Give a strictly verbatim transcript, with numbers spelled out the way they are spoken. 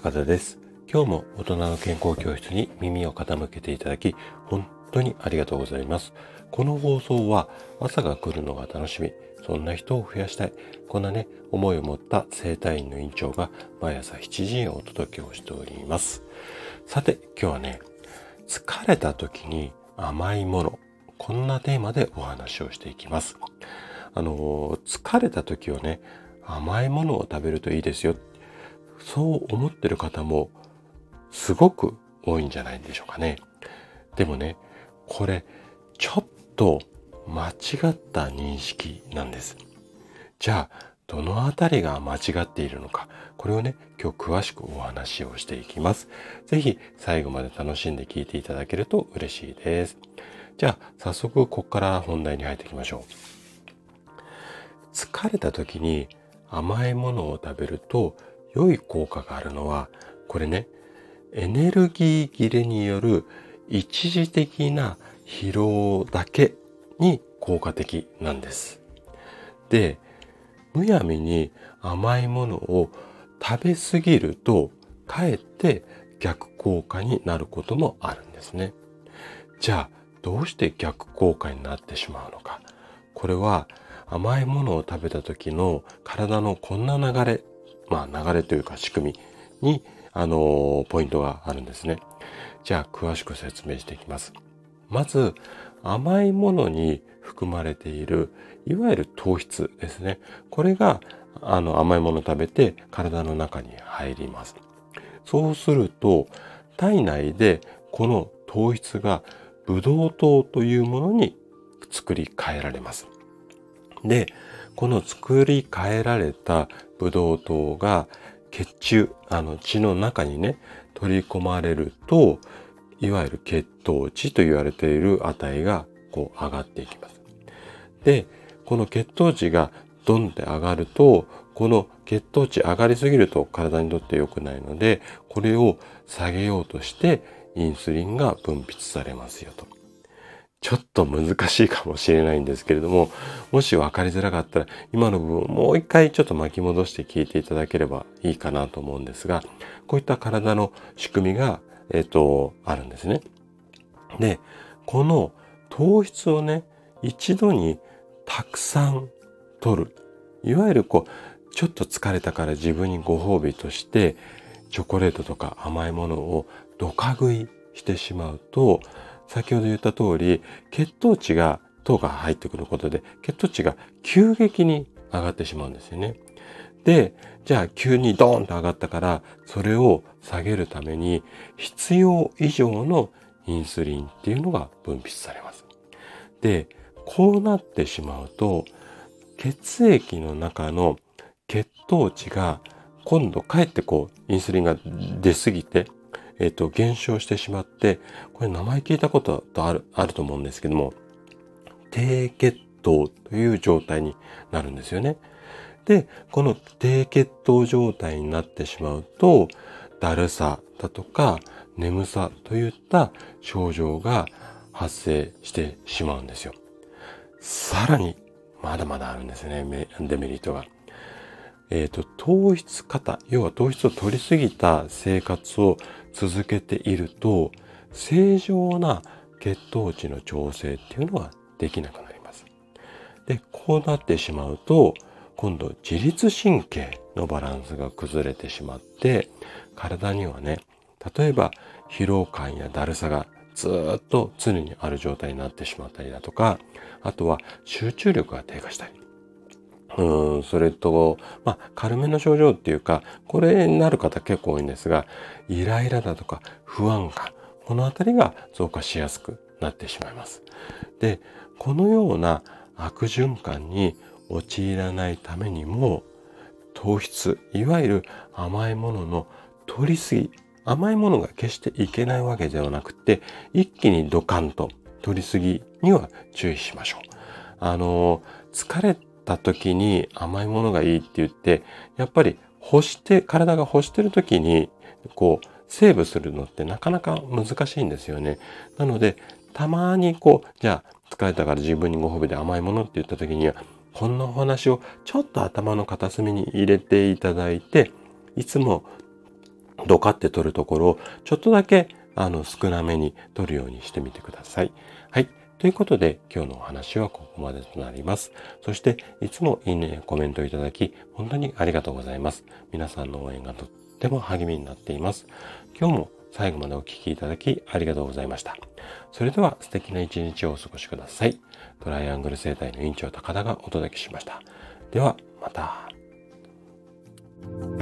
高田です。今日も大人の健康教室に耳を傾けていただき、本当にありがとうございます。この放送は朝が来るのが楽しみ、そんな人を増やしたい、こんなね、思いを持った整体院の院長が毎朝しちじにお届けをしております。さて、今日はね、疲れた時に甘いもの、こんなテーマでお話をしていきます。あの、疲れた時はね、甘いものを食べるといいですよ。そう思ってる方もすごく多いんじゃないでしょうかね。でもね、これちょっと間違った認識なんです。じゃあ、どのあたりが間違っているのか、これをね、今日詳しくお話をしていきます。ぜひ最後まで楽しんで聞いていただけると嬉しいです。じゃあ、早速ここから本題に入っていきましょう。疲れた時に甘いものを食べると良い効果があるのは、これね、エネルギー切れによる一時的な疲労だけに効果的なんです。で、むやみに甘いものを食べ過ぎると、かえって逆効果になることもあるんですね。じゃあ、どうして逆効果になってしまうのか。これは甘いものを食べた時の体のこんな流れ、まあ流れというか仕組みに、あの、ポイントがあるんですね。じゃあ詳しく説明していきます。まず、甘いものに含まれている、いわゆる糖質ですね。これが、あの、甘いものを食べて体の中に入ります。そうすると、体内でこの糖質がブドウ糖というものに作り変えられます。で、この作り変えられたブドウ糖が血中、あの血の中にね、取り込まれると、いわゆる血糖値と言われている値がこう上がっていきます。で、この血糖値がドンって上がると、この血糖値上がりすぎると体にとって良くないので、これを下げようとしてインスリンが分泌されますよと。ちょっと難しいかもしれないんですけれども、もし分かりづらかったら、今の部分をもう一回ちょっと巻き戻して聞いていただければいいかなと思うんですが、こういった体の仕組みが、えっと、あるんですね。で、この糖質をね、一度にたくさん取る。いわゆるこう、ちょっと疲れたから自分にご褒美として、チョコレートとか甘いものをドカ食いしてしまうと、先ほど言った通り、血糖値が、糖が入ってくることで、血糖値が急激に上がってしまうんですよね。で、じゃあ急にドーンと上がったから、それを下げるために、必要以上のインスリンっていうのが分泌されます。で、こうなってしまうと、血液の中の血糖値が今度かえってこう、インスリンが出すぎて、えっと、減少してしまって、これ名前聞いたことある、あると思うんですけども、低血糖という状態になるんですよね。で、この低血糖状態になってしまうと、だるさだとか眠さといった症状が発生してしまうんですよ。さらに、まだまだあるんですね、デメリットが。えっと、糖質過多、要は糖質を取りすぎた生活を続けていると、正常な血糖値の調整っていうのはできなくなります。で、こうなってしまうと、今度自律神経のバランスが崩れてしまって、体にはね、例えば疲労感やだるさがずっと常にある状態になってしまったりだとか、あとは集中力が低下したり、うん、それと、まあ、軽めの症状っていうか、これになる方結構多いんですが、イライラだとか不安感、このあたりが増加しやすくなってしまいます。で、このような悪循環に陥らないためにも、糖質、いわゆる甘いものの取りすぎ、甘いものが決していけないわけではなくて、一気にドカンと取りすぎには注意しましょう。あの、疲れた時に甘いものがいいって言って、やっぱり欲して、体が欲してる時に、こう、セーブするのってなかなか難しいんですよね。なので、たまにこう、じゃあ疲れたから自分にご褒美で甘いものって言った時には、こんなお話をちょっと頭の片隅に入れていただいて、いつもドカって取るところをちょっとだけあの少なめに取るようにしてみてください。はい。ということで今日のお話はここまでとなります。そしていつもいいね、コメントいただき本当にありがとうございます。皆さんの応援がとっても励みになっています。今日も最後までお聞きいただきありがとうございました。それでは素敵な一日をお過ごしください。トライアングル生態の院長高田がお届けしました。ではまた。